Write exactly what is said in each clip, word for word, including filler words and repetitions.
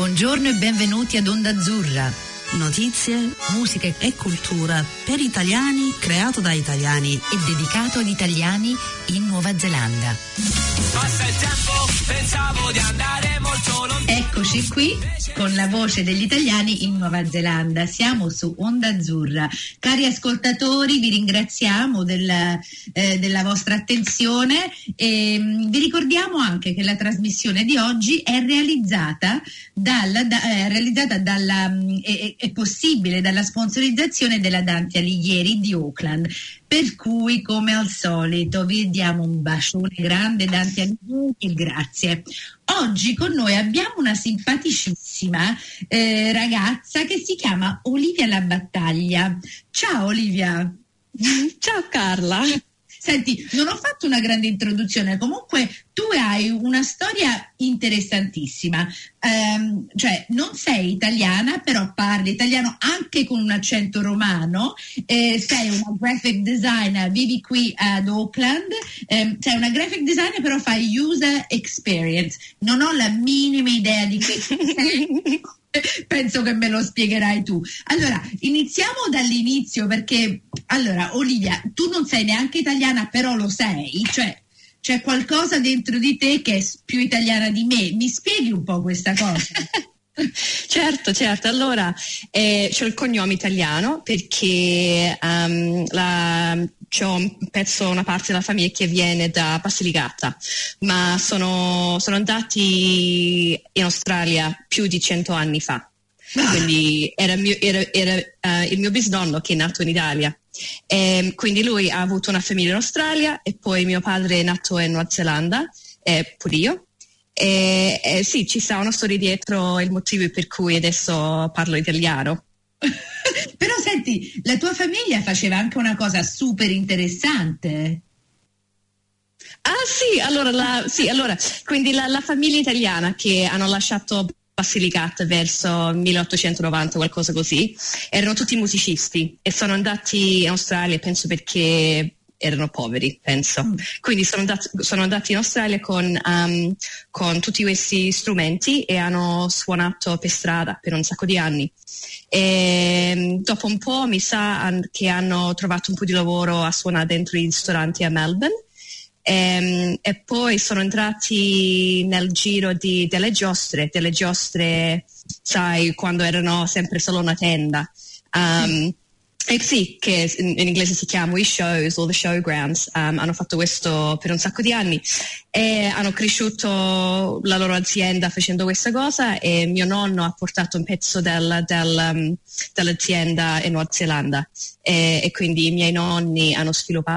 Buongiorno e benvenuti ad Onda Azzurra. Notizie, musica e cultura per italiani, creato da italiani e dedicato ad italiani in Nuova Zelanda. Passa il tempo, pensavo di andare molto lontano. Eccoci qui con la voce degli italiani in Nuova Zelanda. Siamo su Onda Azzurra. Cari ascoltatori, vi ringraziamo della, eh, della vostra attenzione e mh, vi ricordiamo anche che la trasmissione di oggi è realizzata dalla, da, è realizzata dalla mh, è, è possibile dalla sponsorizzazione della Dante Alighieri di Auckland. Per cui, come al solito, vi diamo un bacione grande, Dante Alighieri, e grazie. Oggi con noi abbiamo una simpaticissima eh, ragazza che si chiama Olivia La Battaglia. Ciao Olivia. Ciao Carla. Senti, non ho fatto una grande introduzione, comunque tu hai una storia interessantissima, um, cioè non sei italiana, però parli italiano anche con un accento romano, eh, sei una graphic designer, vivi qui ad Auckland, eh, sei una graphic designer però fai user experience, non ho la minima idea di che sei. Penso che me lo spiegherai tu. Allora, iniziamo dall'inizio perché, allora, Olivia, tu non sei neanche italiana, però lo sei, cioè c'è qualcosa dentro di te che è più italiana di me. Mi spieghi un po' questa cosa? Certo, certo. Allora, eh, c'ho il cognome italiano perché um, la, c'ho un pezzo, una parte della famiglia che viene da Basilicata, ma sono, sono andati in Australia più di cento anni fa. Quindi era, mio, era, era uh, il mio bisnonno che è nato in Italia. E quindi lui ha avuto una famiglia in Australia e poi mio padre è nato in Nuova Zelanda, e pure io. E, e sì, ci sta una storia dietro il motivo per cui adesso parlo italiano. Però senti, la tua famiglia faceva anche una cosa super interessante. Ah sì, allora, la, sì, allora quindi la, la famiglia italiana che hanno lasciato Basilicata verso milleottocentonovanta, qualcosa così, erano tutti musicisti e sono andati in Australia, penso perché erano poveri, penso. Mm. Quindi sono andati, sono andati in Australia con, um, con tutti questi strumenti e hanno suonato per strada per un sacco di anni. E dopo un po' mi sa che hanno trovato un po' di lavoro a suonare dentro i ristoranti a Melbourne. E, e poi sono entrati nel giro di, delle giostre, delle giostre, sai, quando erano sempre solo una tenda. Um, e sì, che in, in inglese si chiamano i shows o the showgrounds. Um, hanno fatto questo per un sacco di anni e hanno cresciuto la loro azienda facendo questa cosa e mio nonno ha portato un pezzo del, del, um, dell'azienda in Nuova Zelanda e, e quindi i miei nonni hanno sviluppato.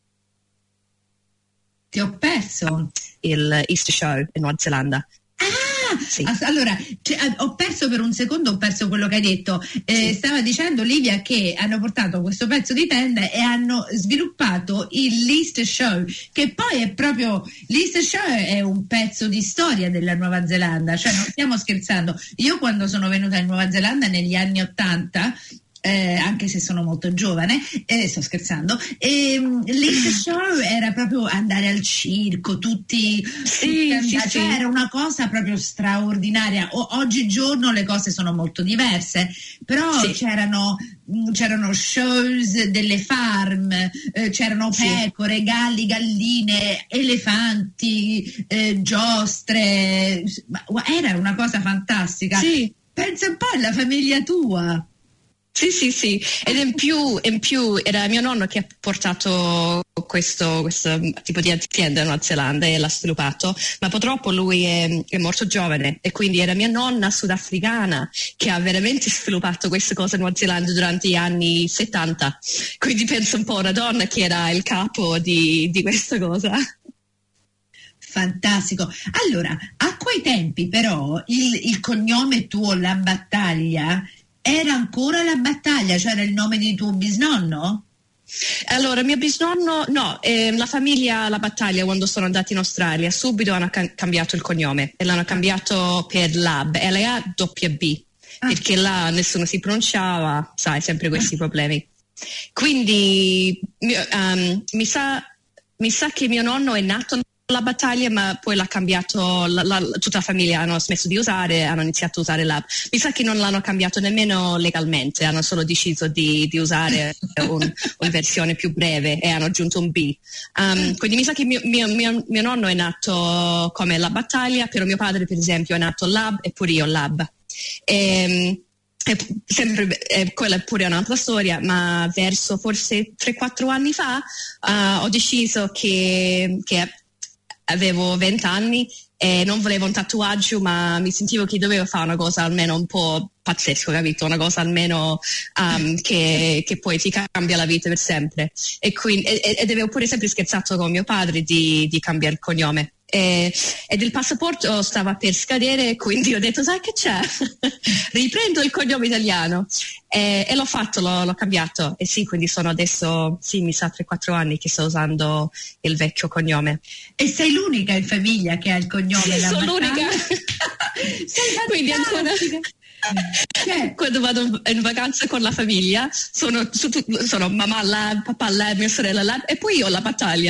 Ti ho perso il Easter Show in Nuova Zelanda. Ah, sì. Allora cioè, ho perso per un secondo, ho perso quello che hai detto. Eh, sì. Stava dicendo Olivia che hanno portato questo pezzo di tenda e hanno sviluppato il Easter Show, che poi è proprio l'Easter Show è un pezzo di storia della Nuova Zelanda, cioè non stiamo scherzando. Io quando sono venuta in Nuova Zelanda negli anni ottanta, Eh, anche se sono molto giovane, eh, sto scherzando, e l'Easter Show era proprio andare al circo, tutti, sì, tutti sì, cioè sì. Era una cosa proprio straordinaria. O, oggigiorno le cose sono molto diverse, però sì. c'erano, c'erano shows delle farm, eh, c'erano pecore, sì. galli, galline, elefanti, eh, giostre, era una cosa fantastica. Sì. Pensa un po' alla famiglia tua. Sì, sì, sì, ed in più, in più era mio nonno che ha portato questo, questo tipo di azienda in Nuova Zelanda e l'ha sviluppato, ma purtroppo lui è, è morto giovane e quindi era mia nonna sudafricana che ha veramente sviluppato questa cosa in Nuova Zelanda durante gli anni settanta, quindi penso un po' a una donna che era il capo di, di questa cosa. Fantastico. Allora, a quei tempi però il, il cognome tuo, La Battaglia, era ancora La Battaglia, cioè era il nome di tuo bisnonno? Allora, mio bisnonno, no, eh, la famiglia La Battaglia quando sono andati in Australia subito hanno ca- cambiato il cognome e l'hanno cambiato per Lab, L A W B, ah. perché là nessuno si pronunciava, sai, sempre questi ah. problemi. Quindi um, mi sa mi sa che mio nonno è nato la battaglia, ma poi l'ha cambiato, la, la, tutta la famiglia hanno smesso di usare, hanno iniziato a usare Lab. Mi sa che non l'hanno cambiato nemmeno legalmente, hanno solo deciso di, di usare un, una versione più breve e hanno aggiunto un B. Um, quindi mi sa che mio, mio, mio, mio nonno è nato come La Battaglia, però mio padre per esempio è nato Lab e pure io Lab. E, e sempre, eh, quella è pure un'altra storia, ma verso forse tre quattro anni fa uh, ho deciso che, che avevo venti anni e non volevo un tatuaggio, ma mi sentivo che dovevo fare una cosa almeno un po' pazzesco, capito? Una cosa almeno um, che, che poi ti cambia la vita per sempre. E quindi e, ed avevo pure sempre scherzato con mio padre di, di cambiare il cognome. E, ed il passaporto stava per scadere, quindi ho detto sai che c'è, riprendo il cognome italiano e, e l'ho fatto, l'ho, l'ho cambiato e sì, quindi sono adesso sì mi sa tre quattro anni che sto usando il vecchio cognome. E sei l'unica in famiglia che ha il cognome? Sì, La sono l'unica. Sei quindi ancora cioè, quando vado in vacanza con la famiglia sono, sono mamma là, papà là, mia sorella là e poi io La Battaglia.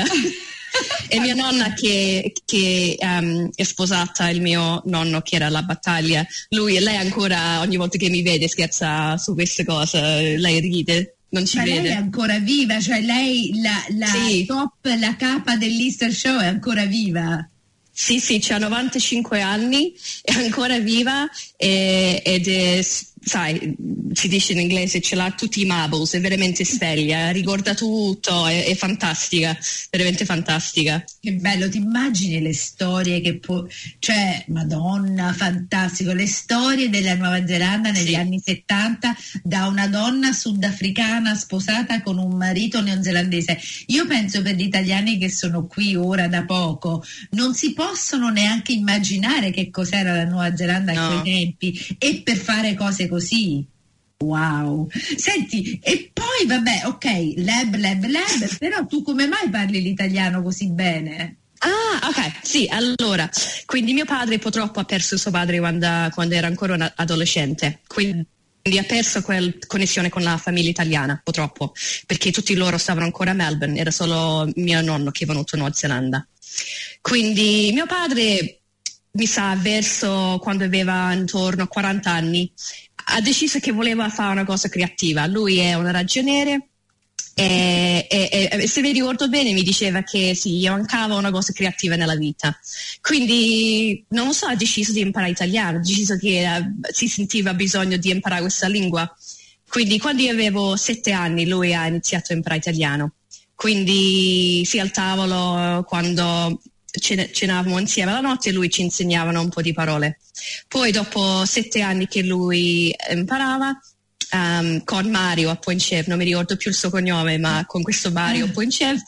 E mia nonna che, che um, è sposata il mio nonno che era La Battaglia, lui e lei ancora ogni volta che mi vede scherza su queste cose, lei ride, non ci ma vede. Lei è ancora viva, cioè lei la, la sì. top, la capa dell'Easter Show è ancora viva? Sì, sì, c'ha novantacinque anni, è ancora viva e, ed è, sai, si dice in inglese, ce l'ha tutti i marbles, è veramente sveglia, ricorda tutto, è, è fantastica, veramente fantastica. Che bello, ti immagini le storie che può, cioè, Madonna, fantastico, le storie della Nuova Zelanda negli sì. anni settanta da una donna sudafricana sposata con un marito neozelandese. Io penso per gli italiani che sono qui ora da poco, non si possono neanche immaginare che cos'era la Nuova Zelanda no. a quei tempi e per fare cose così. Wow. Senti, e poi vabbè, ok, lab, lab, lab, però tu come mai parli l'italiano così bene? Ah, ok, sì, allora, quindi mio padre purtroppo ha perso suo padre quando, quando era ancora un adolescente, quindi ha perso quella connessione con la famiglia italiana, purtroppo, perché tutti loro stavano ancora a Melbourne, era solo mio nonno che è venuto in Nuova Zelanda. Quindi mio padre, mi sa, verso quando aveva intorno a quaranta anni, ha deciso che voleva fare una cosa creativa. Lui è un ragioniere e, e, e se mi ricordo bene mi diceva che sì, gli mancava una cosa creativa nella vita. Quindi, non lo so, ha deciso di imparare italiano, ha deciso che uh, si sentiva bisogno di imparare questa lingua. Quindi quando io avevo sette anni lui ha iniziato a imparare italiano. Quindi sì, al tavolo quando cenavamo insieme la notte e lui ci insegnavano un po' di parole. Poi dopo sette anni che lui imparava um, con Mario a Poinchev, non mi ricordo più il suo cognome, ma con questo Mario a Poinchev,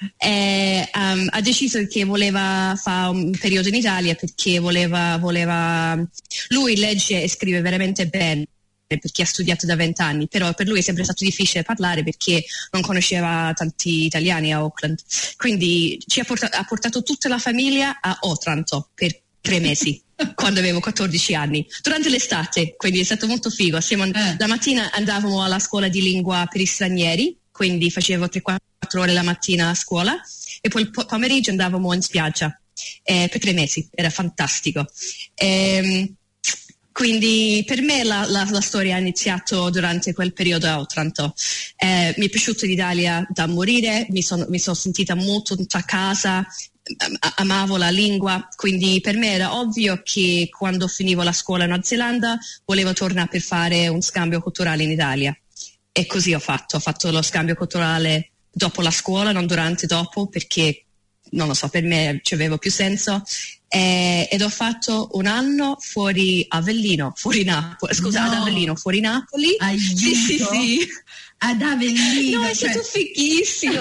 e, um, ha deciso che voleva fare un periodo in Italia perché voleva, voleva lui legge e scrive veramente bene perché ha studiato da vent'anni, però per lui è sempre stato difficile parlare perché non conosceva tanti italiani a Auckland, quindi ci ha portato, ha portato tutta la famiglia a Otranto per tre mesi quando avevo quattordici anni, durante l'estate, quindi è stato molto figo. Siamo, eh. La mattina andavamo alla scuola di lingua per gli stranieri, quindi facevo tre quattro ore la mattina a scuola e poi il pomeriggio andavamo in spiaggia eh, per tre mesi, era fantastico. Ehm, Quindi per me la, la, la storia ha iniziato durante quel periodo a Otranto. Eh, mi è piaciuto l'Italia da morire, mi sono, mi sono sentita molto a casa, amavo la lingua, quindi per me era ovvio che quando finivo la scuola in Nuova Zelanda volevo tornare per fare un scambio culturale in Italia. E così ho fatto, ho fatto lo scambio culturale dopo la scuola, non durante, dopo, perché non lo so, per me ci aveva più senso. Eh, ed ho fatto un anno fuori Avellino, fuori Napoli, scusa, no. ad Avellino, fuori Napoli. Aiuto. Sì, sì, sì. Ad Avellino. No, è stato cioè... fighissimo.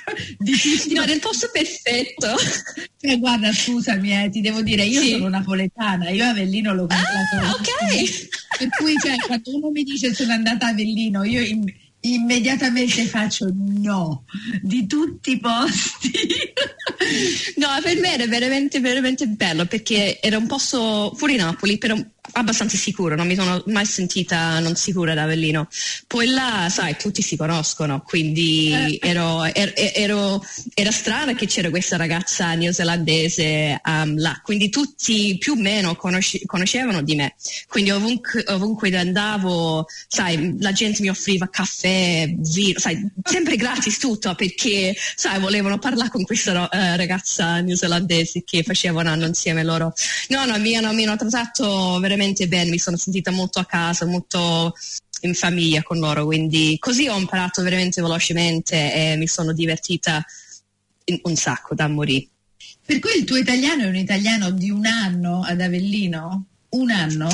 No, nel posto perfetto. Cioè, guarda, scusami, eh, ti devo dire, io sì. sono napoletana, io Avellino l'ho comprato. Ah, ok. Per cui, cioè, quando uno mi dice sono andata a Avellino, io in... immediatamente faccio no, di tutti i posti. No, per me era veramente veramente bello perché era un posto fuori Napoli, però abbastanza sicuro, non mi sono mai sentita non sicura ad Avellino. Poi là, sai, tutti si conoscono, quindi eh. ero, ero, ero, era strano che c'era questa ragazza neozelandese um, là, quindi tutti più o meno conosce, conoscevano di me, quindi ovunque, ovunque andavo, sai, la gente mi offriva caffè, vino, sai, sempre gratis tutto, perché, sai, volevano parlare con questa uh, ragazza neozelandese che faceva un anno insieme loro. No, no, mi hanno, mi hanno trattato veramente bene, mi sono sentita molto a casa, molto in famiglia con loro, quindi così ho imparato veramente velocemente e mi sono divertita in, un sacco da morire. Per cui il tuo italiano è un italiano di un anno ad Avellino? Un anno?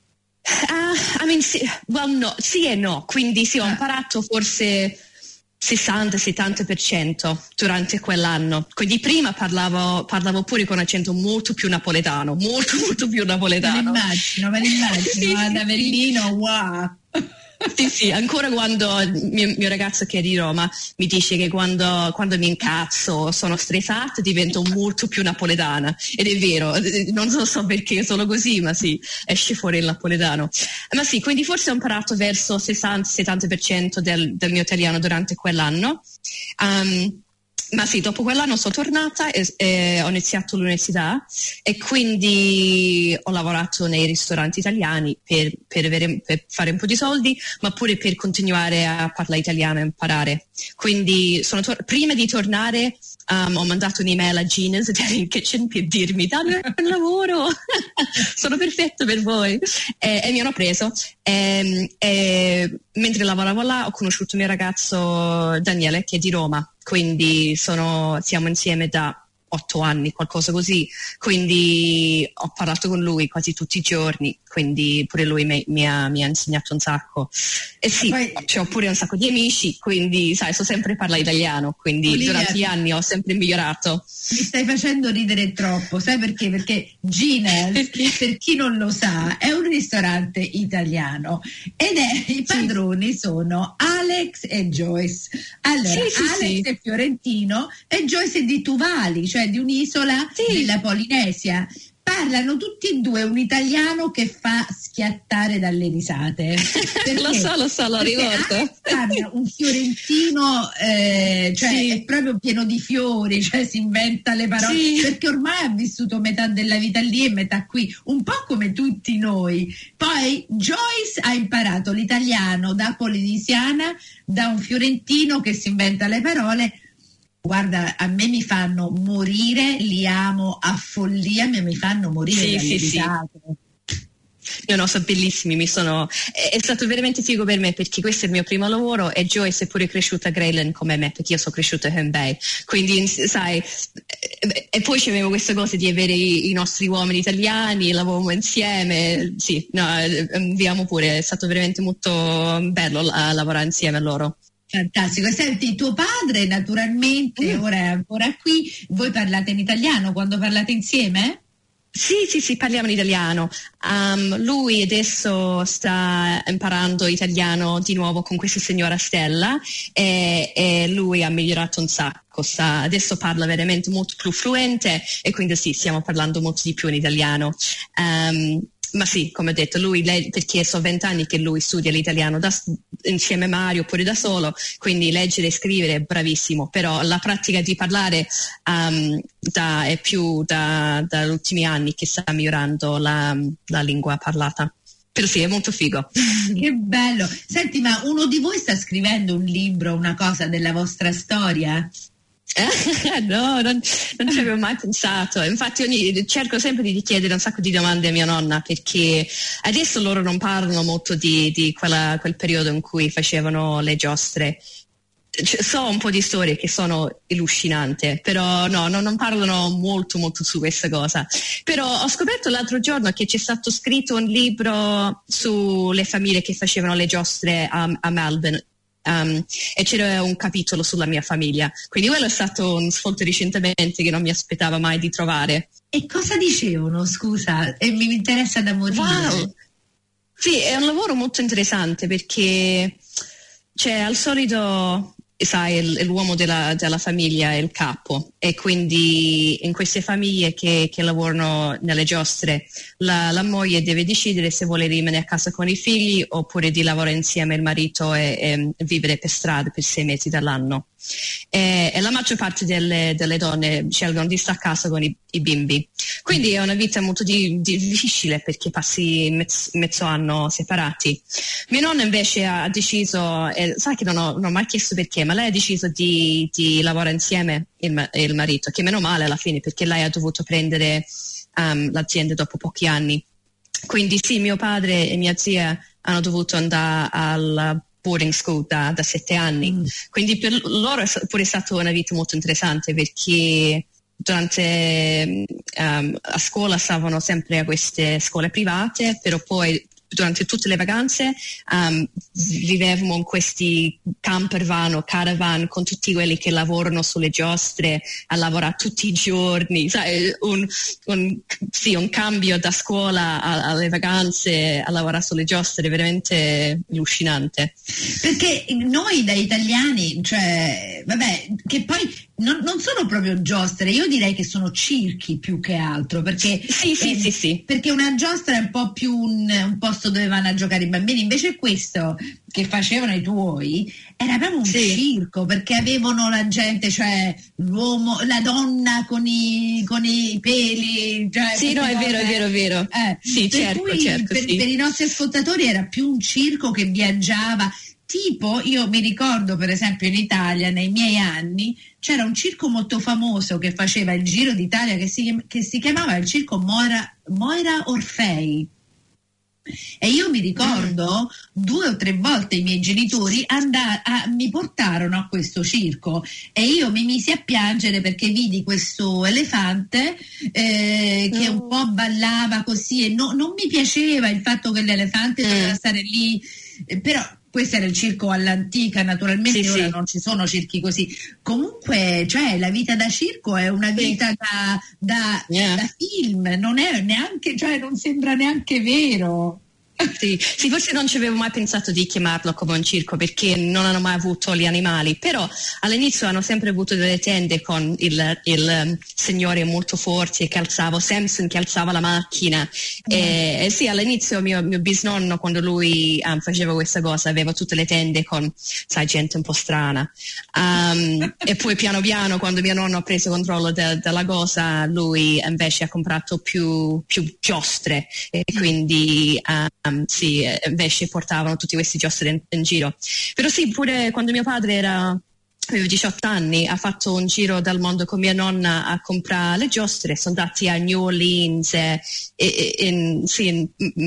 Uh, I mean, sì, well, no, sì e no, quindi sì, ho ah. imparato forse sessanta settanta per cento durante quell'anno, quindi prima parlavo, parlavo pure con accento molto più napoletano, molto molto più napoletano. Me l'immagino, me l'immagino, sì, ad Avellino, sì. Wow! Sì, sì, ancora quando il mio, mio ragazzo che è di Roma mi dice che quando, quando mi incazzo, sono stressata, divento molto più napoletana, ed è vero, non so, so perché sono così, ma sì, esce fuori il napoletano. Ma sì, quindi forse ho imparato verso sessanta settanta per cento del, del mio italiano durante quell'anno. Um, Ma sì, dopo quell'anno sono tornata e, e ho iniziato l'università e quindi ho lavorato nei ristoranti italiani per, per, avere, per fare un po' di soldi, ma pure per continuare a parlare italiano e imparare. Quindi sono tor- prima di tornare um, ho mandato un'email a Gina's del Kitchen per dirmi dammi un lavoro, sono perfetto per voi. E, e mi hanno preso. E, e, mentre lavoravo là ho conosciuto il mio ragazzo Daniele, che è di Roma. Quindi sono, siamo insieme da otto anni, qualcosa così, quindi ho parlato con lui quasi tutti i giorni, quindi pure lui mi, mi, ha, mi ha insegnato un sacco. E sì, poi, ho pure un sacco di amici, quindi sai, so sempre parlare italiano, quindi Olivia, durante gli anni ho sempre migliorato. Mi stai facendo ridere troppo, sai perché? Perché Gina's, per chi non lo sa, è un ristorante italiano ed è, i padroni sì. sono Alex e Joyce. Allora, sì, sì, Alex sì. è fiorentino e Joyce è di Tuvalu, cioè di un'isola sì. della Polinesia. Parlano tutti e due un italiano che fa schiattare dalle risate. Perché? Lo so, lo so, lo ricordo. Un fiorentino, eh, cioè sì. è proprio pieno di fiori, cioè si inventa le parole, sì. perché ormai ha vissuto metà della vita lì e metà qui, un po' come tutti noi. Poi Joyce ha imparato l'italiano da polinesiana, da un fiorentino che si inventa le parole. Guarda, a me mi fanno morire, li amo a follia, mi, mi fanno morire sì, dalle sì, risate. Sì. No, no, sono bellissimi, mi sono... È, è stato veramente figo per me perché questo è il mio primo lavoro e Joyce è pure cresciuta a Greyland come me, perché io sono cresciuta a Herne Bay, quindi sai, e poi c'avevo questa cosa di avere i, i nostri uomini italiani, lavoriamo insieme, sì, no, vi amo pure, è stato veramente molto bello la, lavorare insieme a loro. Fantastico. Senti, tuo padre naturalmente mm. ora è ancora qui, voi parlate in italiano quando parlate insieme? Sì, sì, sì, parliamo in italiano. Um, lui adesso sta imparando italiano di nuovo con questa signora Stella e, e lui ha migliorato un sacco. Sta, adesso parla veramente molto più fluente e quindi sì, stiamo parlando molto di più in italiano. Um, Ma sì, come ho detto, lui, lei, perché so vent'anni che lui studia l'italiano da, insieme a Mario oppure da solo, quindi leggere e scrivere è bravissimo, però la pratica di parlare um, da, è più da, dagli ultimi anni che sta migliorando la, la lingua parlata. Però sì, è molto figo. Che bello. Senti, ma uno di voi sta scrivendo un libro, una cosa della vostra storia? No, non, non ci avevo mai pensato. Infatti ogni, cerco sempre di chiedere un sacco di domande a mia nonna, perché adesso loro non parlano molto di, di quella, quel periodo in cui facevano le giostre. So un po' di storie che sono allucinanti, però no, no, non parlano molto molto su questa cosa. Però ho scoperto l'altro giorno che c'è stato scritto un libro sulle famiglie che facevano le giostre a, a Melbourne. Um, e c'era un capitolo sulla mia famiglia, quindi quello è stato un sfolto recentemente che non mi aspettavo mai di trovare. E cosa dicevano, scusa? E mi interessa da morire. Wow. Sì, è un lavoro molto interessante perché cioè, al solito sai, l'uomo della, della famiglia è il capo, e quindi in queste famiglie che, che lavorano nelle giostre la, la moglie deve decidere se vuole rimanere a casa con i figli oppure di lavorare insieme al marito e, e vivere per strada per sei mesi dall'anno. E, e la maggior parte delle, delle donne scelgono di stare a casa con i, i bimbi, quindi è una vita molto di, di, difficile perché passi mezzo, mezzo anno separati. Mia nonna invece ha deciso, eh, sai che non ho, non ho mai chiesto perché, ma lei ha deciso di, di lavorare insieme il, il marito, che meno male alla fine perché lei ha dovuto prendere um, l'azienda dopo pochi anni. Quindi sì, mio padre e mia zia hanno dovuto andare al boarding school da, da sette anni, mm. quindi per loro è pure stata una vita molto interessante perché durante um, a scuola stavano sempre a queste scuole private, però poi durante tutte le vacanze um, vivevamo in questi camper van o caravan con tutti quelli che lavorano sulle giostre a lavorare tutti i giorni, sai, un, un, sì, un cambio da scuola a, alle vacanze a lavorare sulle giostre veramente allucinante. Perché noi da italiani, cioè, vabbè, che poi non, non sono proprio giostre, io direi che sono circhi più che altro, perché, sì, sì, eh, sì, sì. perché una giostra è un po' più un, un posto dove vanno a giocare i bambini, invece questo che facevano i tuoi era proprio un sì. circo, perché avevano la gente, cioè l'uomo, la donna con i, con i peli, cioè, sì, no, è vero, è vero, è vero. Eh, sì, per certo, cui certo, per, sì. per i nostri ascoltatori era più un circo che viaggiava. Tipo, io mi ricordo per esempio in Italia nei miei anni c'era un circo molto famoso che faceva il Giro d'Italia che si, che si chiamava il circo Moira, Moira Orfei, e io mi ricordo mm. due o tre volte i miei genitori andà, a, mi portarono a questo circo e io mi misi a piangere perché vidi questo elefante eh, che mm. un po' ballava così e no, non mi piaceva il fatto che l'elefante mm. doveva stare lì, eh, però questo era il circo all'antica, naturalmente sì, ora sì. non ci sono circhi così. Comunque, cioè, la vita da circo è una vita sì. da, da, yeah. da film, non è neanche, cioè, non sembra neanche vero. Sì, sì, forse non ci avevo mai pensato di chiamarlo come un circo perché non hanno mai avuto gli animali, però all'inizio hanno sempre avuto delle tende con il, il signore molto forte che alzava, Samson che alzava la macchina mm. e, e sì, all'inizio mio, mio bisnonno quando lui um, faceva questa cosa aveva tutte le tende con, sai, gente un po' strana um, e poi piano piano quando mio nonno ha preso controllo de, della cosa lui invece ha comprato più, più giostre e quindi um, Um, sì, invece portavano tutti questi giostre in, in giro. Però sì, pure quando mio padre era aveva diciotto anni ha fatto un giro dal mondo con mia nonna a comprare le giostre, sono andati a New Orleans e, e, e in, sì, in,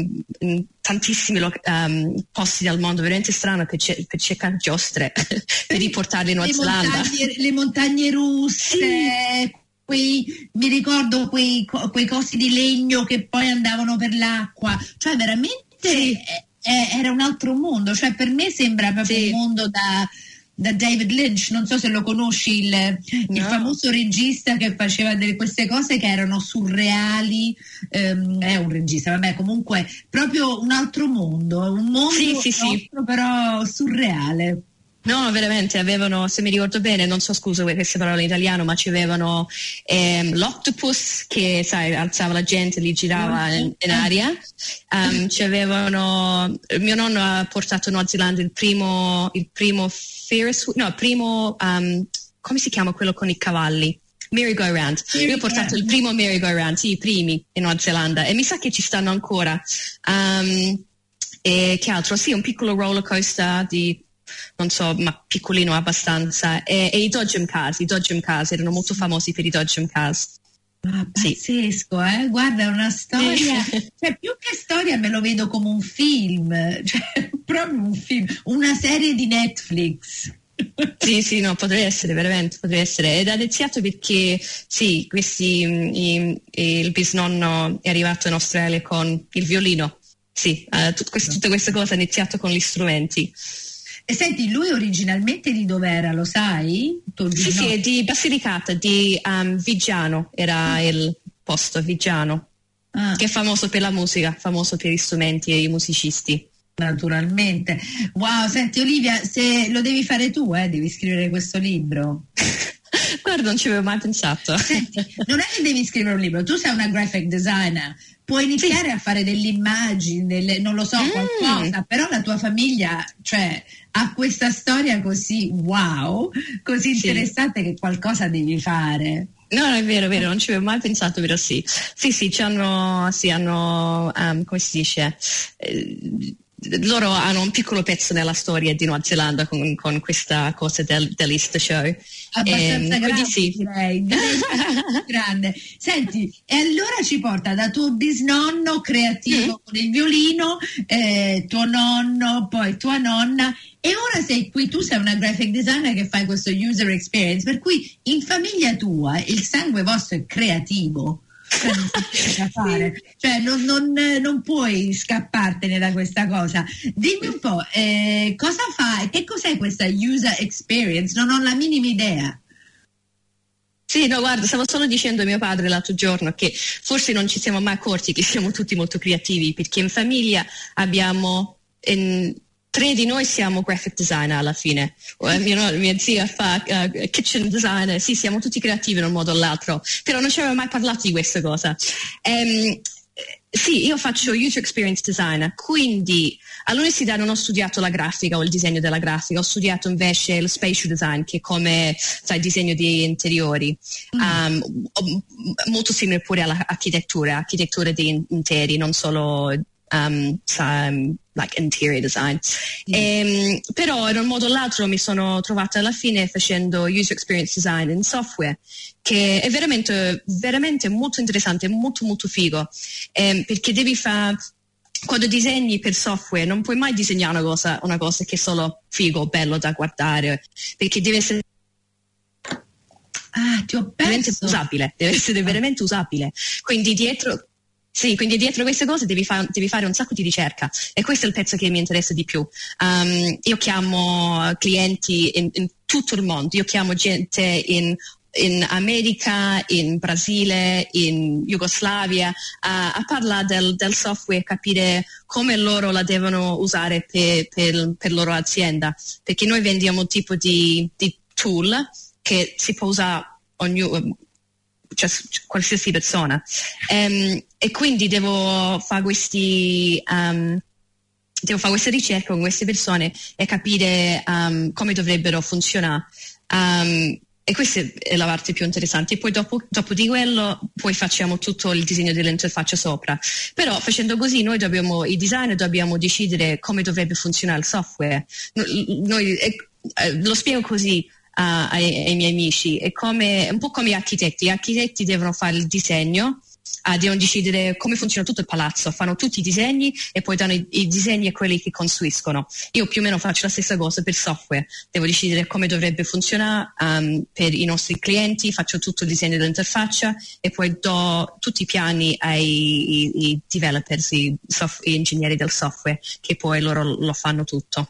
in tantissimi um, posti del mondo, veramente strano che c'è, per cercare giostre per riportarle in Nuova Zelanda. Montagne, le montagne russe. Sì. Quei, mi ricordo quei, quei cosi di legno che poi andavano per l'acqua, cioè veramente sì. è, era un altro mondo, cioè per me sembra proprio sì. un mondo da, da David Lynch, non so se lo conosci, il, no. il famoso regista che faceva delle, queste cose che erano surreali, ehm, è un regista, vabbè, comunque proprio un altro mondo, un mondo sì, sì, nostro, sì. però surreale. No, veramente, avevano, se mi ricordo bene, non so scusa queste parole in italiano, ma ci avevano ehm, l'octopus che, sai, alzava la gente, li girava in, in aria. Um, ci avevano, mio nonno ha portato in Nuova Zelanda il primo, il primo Ferris, no, il primo, um, come si chiama quello con i cavalli? Merry-go-round. Io ho portato il primo merry-go-round, sì, i primi in Nuova Zelanda, e mi sa che ci stanno ancora. Um, e che altro? Sì, un piccolo roller coaster di non so, ma piccolino abbastanza, e, e i Dodgem Cars, i Dodgem Cars erano molto famosi per i Dodgem Cars. Ah, pazzesco, sì. eh? Guarda, è una storia, sì. cioè più che storia me lo vedo come un film, cioè proprio un film, una serie di Netflix. Sì, sì, no, potrebbe essere, veramente, potrebbe essere. Ed è iniziato perché, sì, questi, i, il bisnonno è arrivato in Australia con il violino, sì, uh, tut, quest, tutte queste cose hanno iniziato con gli strumenti. E senti, lui originalmente di dov'era, lo sai? Sì, sì, è di Basilicata, di um, Viggiano, era ah. il posto, Viggiano, ah. che è famoso per la musica, famoso per gli strumenti e i musicisti. Naturalmente. Wow, senti Olivia, se lo devi fare tu, eh, devi scrivere questo libro. Guarda, non ci avevo mai pensato. Senti, non è che devi scrivere un libro, tu sei una graphic designer, puoi iniziare sì. a fare delle immagini, delle, non lo so, mm. qualcosa, però la tua famiglia, cioè, ha questa storia così wow, così sì. interessante che qualcosa devi fare. No, no, è vero, è vero, non ci avevo mai pensato, però sì. Sì, sì, ci hanno, sì, hanno, um, come si dice, eh, loro hanno un piccolo pezzo nella storia di Nuova Zelanda con, con questa cosa del, dell'Easter Show. Abbastanza eh, grande, sì. direi, direi grande. Senti, e allora ci porta da tuo bisnonno creativo mm. con il violino, eh, tuo nonno, poi tua nonna, e ora sei qui, tu sei una graphic designer che fai questo user experience, per cui in famiglia tua il sangue vostro è creativo. Cioè, non da fare. Cioè non, non, non puoi scappartene da questa cosa. Dimmi un po', eh, cosa fa, che cos'è questa user experience? Non ho la minima idea. Sì, no, guarda, stavo solo dicendo a mio padre l'altro giorno che forse non ci siamo mai accorti che siamo tutti molto creativi, perché in famiglia abbiamo in, tre di noi siamo graphic designer alla fine. Uh, mia, mia zia fa uh, kitchen designer, sì, siamo tutti creativi in un modo o l'altro, però non ci avevo mai parlato di questa cosa. Um, sì, io faccio user experience designer, quindi all'università non ho studiato la grafica o il disegno della grafica, ho studiato invece il spatial design, che è come, sai, disegno di interiori, mm. um, molto simile pure all'architettura, architettura di interi, non solo Um, some, like interior design. Mm. E, però in un modo o l'altro mi sono trovata alla fine facendo user experience design in software, che è veramente, veramente molto interessante, molto molto figo, e, perché devi fare, quando disegni per software non puoi mai disegnare una cosa, una cosa che è solo figo, bello da guardare, perché deve essere ah, ti ho perso. veramente usabile, deve essere veramente usabile. Quindi dietro Sì, quindi dietro queste cose devi, fa- devi fare un sacco di ricerca, e questo è il pezzo che mi interessa di più. Um, io chiamo clienti in, in tutto il mondo, io chiamo gente in, in America, in Brasile, in Jugoslavia, uh, a parlare del, del software, capire come loro la devono usare per, per, per la loro azienda, perché noi vendiamo un tipo di, di tool che si può usare ognuno, cioè qualsiasi persona, um, e quindi devo fare questi um, devo fare questa ricerca con queste persone e capire um, come dovrebbero funzionare, um, e questa è la parte più interessante. E poi dopo, dopo di quello poi facciamo tutto il disegno dell'interfaccia sopra, però facendo così noi dobbiamo, i designer dobbiamo decidere come dovrebbe funzionare il software. Noi, eh, lo spiego così Uh, ai, ai miei amici, è come un po' come gli architetti. Gli architetti devono fare il disegno, uh, devono decidere come funziona tutto il palazzo, fanno tutti i disegni e poi danno i, i disegni a quelli che costruiscono. Io più o meno faccio la stessa cosa per software, devo decidere come dovrebbe funzionare um, per i nostri clienti, faccio tutto il disegno dell'interfaccia e poi do tutti i piani ai i, i developers, i, soft, gli ingegneri del software, che poi loro lo fanno tutto.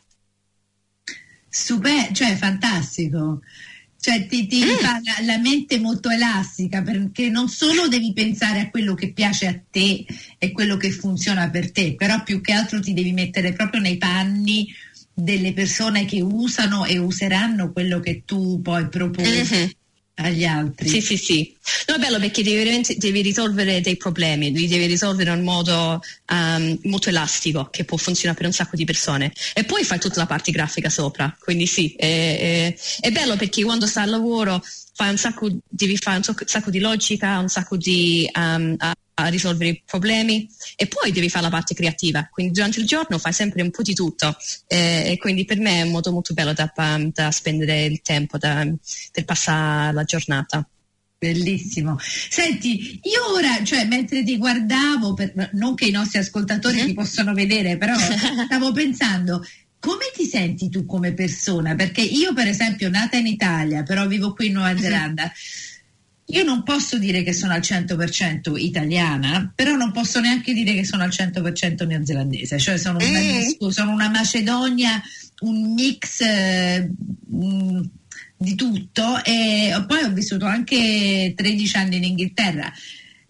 Super, cioè fantastico, cioè ti, ti mm. fa la, la mente molto elastica, perché non solo devi pensare a quello che piace a te e quello che funziona per te, però più che altro ti devi mettere proprio nei panni delle persone che usano e useranno quello che tu poi proponi mm-hmm. agli altri. Sì, sì, sì. No, è bello perché devi, devi risolvere dei problemi, li devi risolvere in un modo um, molto elastico, che può funzionare per un sacco di persone, e poi fai tutta la parte grafica sopra. Quindi sì, è, è, è bello perché quando stai al lavoro fai un sacco, devi fare un sacco di logica, un sacco di um, a, a risolvere i problemi, e poi devi fare la parte creativa. Quindi durante il giorno fai sempre un po' di tutto, e, e quindi per me è un modo molto bello da, da spendere il tempo, da, per passare la giornata. Bellissimo. Senti, io ora, cioè mentre ti guardavo, per, non che i nostri ascoltatori mm-hmm. ti possono vedere, però stavo pensando, come ti senti tu come persona? Perché io per esempio, nata in Italia, però vivo qui in Nuova Zelanda, io non posso dire che sono al cento per cento italiana, però non posso neanche dire che sono al cento per cento neozelandese, cioè sono una, mm. sono una Macedonia, un mix eh, mh, di tutto, e poi ho vissuto anche tredici anni in Inghilterra.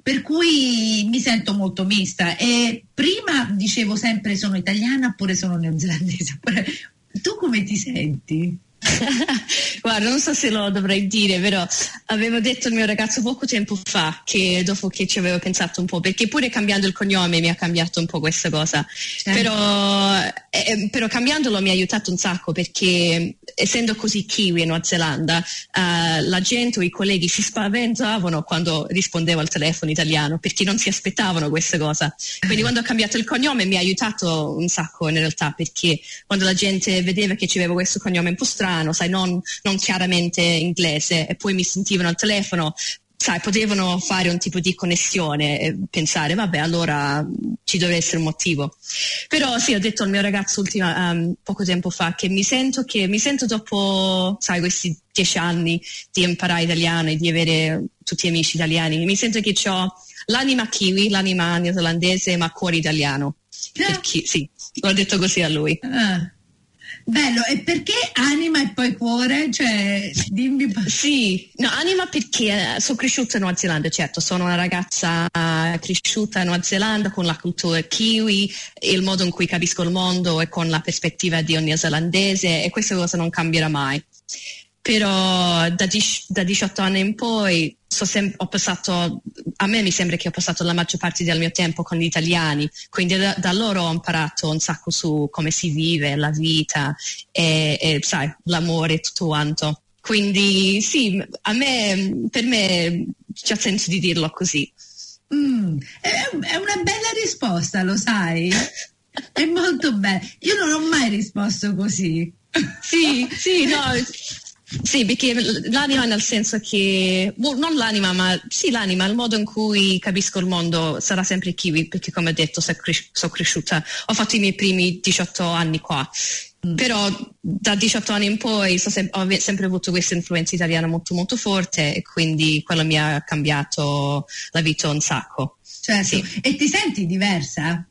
per cui mi sento molto mista. E prima dicevo sempre sono italiana oppure sono neozelandese. Tu come ti senti? Guarda, non so se lo dovrei dire, però avevo detto al mio ragazzo poco tempo fa, che dopo che ci avevo pensato un po', perché pure cambiando il cognome mi ha cambiato un po' questa cosa, certo. però, eh, però cambiandolo mi ha aiutato un sacco, perché essendo così kiwi in Nuova Zelanda, eh, la gente o i colleghi si spaventavano quando rispondevo al telefono italiano, perché non si aspettavano questa cosa. Quindi quando ho cambiato il cognome mi ha aiutato un sacco in realtà, perché quando la gente vedeva che avevo questo cognome un po' strano, sai, non, non chiaramente inglese, e poi mi sentivano al telefono, sai, potevano fare un tipo di connessione e pensare, vabbè, allora ci deve essere un motivo. Però sì, ho detto al mio ragazzo ultima, um, poco tempo fa che mi sento che mi sento dopo, sai, questi dieci anni di imparare italiano e di avere tutti amici italiani, mi sento che ho l'anima kiwi, l'anima neozelandese, ma cuore italiano. Ah. Perché, sì, l'ho detto così a lui. Ah. Bello, e perché anima e poi cuore? Cioè, dimmi. Sì, no, anima perché sono cresciuta in Nuova Zelanda, certo, sono una ragazza cresciuta in Nuova Zelanda con la cultura kiwi, il modo in cui capisco il mondo e con la prospettiva di un neozelandese, e questa cosa non cambierà mai. Però da, da diciotto anni in poi so sem- ho passato, a me mi sembra che ho passato la maggior parte del mio tempo con gli italiani, quindi da, da loro ho imparato un sacco su come si vive la vita e, e sai, l'amore e tutto quanto. Quindi sì, a me, per me c'è senso di dirlo così. Mm, è, è una bella risposta, lo sai? È molto bella. Io non ho mai risposto così. Sì, sì, no... Sì, perché l'anima nel senso che, non l'anima, ma sì l'anima, il modo in cui capisco il mondo sarà sempre kiwi, perché come ho detto sono cres- so cresciuta, ho fatto i miei primi diciotto anni qua, mm. però da diciotto anni in poi so sem- ho sempre avuto questa influenza italiana molto molto forte, e quindi quello mi ha cambiato la vita un sacco. Certo, sì. E ti senti diversa?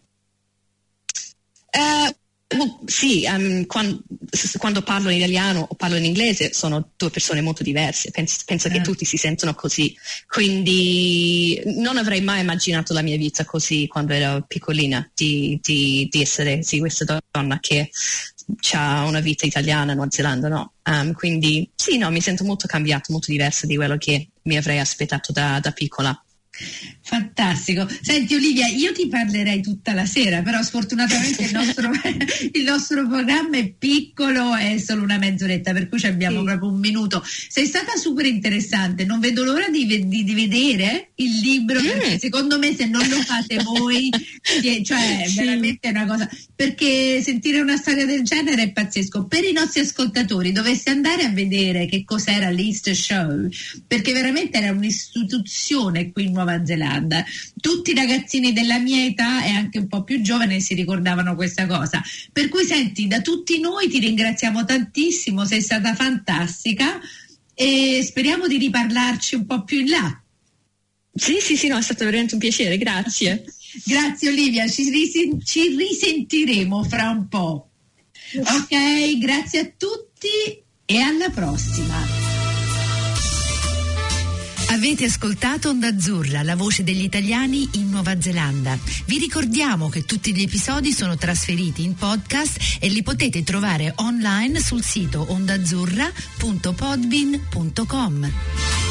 Uh, Well, sì, um, quando, quando parlo in italiano o parlo in inglese sono due persone molto diverse, penso, penso eh. che tutti si sentono così, quindi non avrei mai immaginato la mia vita così quando ero piccolina, di, di, di essere sì, questa donna che ha una vita italiana in Nuova Zelanda, no? Um, quindi sì, no, mi sento molto cambiata, molto diversa di quello che mi avrei aspettato da, da piccola. Fantastico. Senti Olivia, io ti parlerei tutta la sera, però sfortunatamente il nostro, il nostro programma è piccolo, è solo una mezz'oretta, per cui ci abbiamo sì. proprio un minuto. Sei stata super interessante, non vedo l'ora di, di, di vedere il libro, mm. perché secondo me se non lo fate voi, cioè sì. veramente è una cosa, perché sentire una storia del genere è pazzesco. Per i nostri ascoltatori doveste andare a vedere che cos'era l'East Show, perché veramente era un'istituzione qui in Nuova Zelanda. Tutti i ragazzini della mia età e anche un po' più giovani si ricordavano questa cosa, per cui senti, da tutti noi ti ringraziamo tantissimo, sei stata fantastica e speriamo di riparlarci un po' più in là. Sì, sì, sì, no, è stato veramente un piacere, grazie. Grazie Olivia, ci, risen- ci risentiremo fra un po'. Ok, grazie a tutti e alla prossima. Avete ascoltato Onda Azzurra, la voce degli italiani in Nuova Zelanda. Vi ricordiamo che tutti gli episodi sono trasferiti in podcast e li potete trovare online sul sito ondazzurra punto podbean punto com.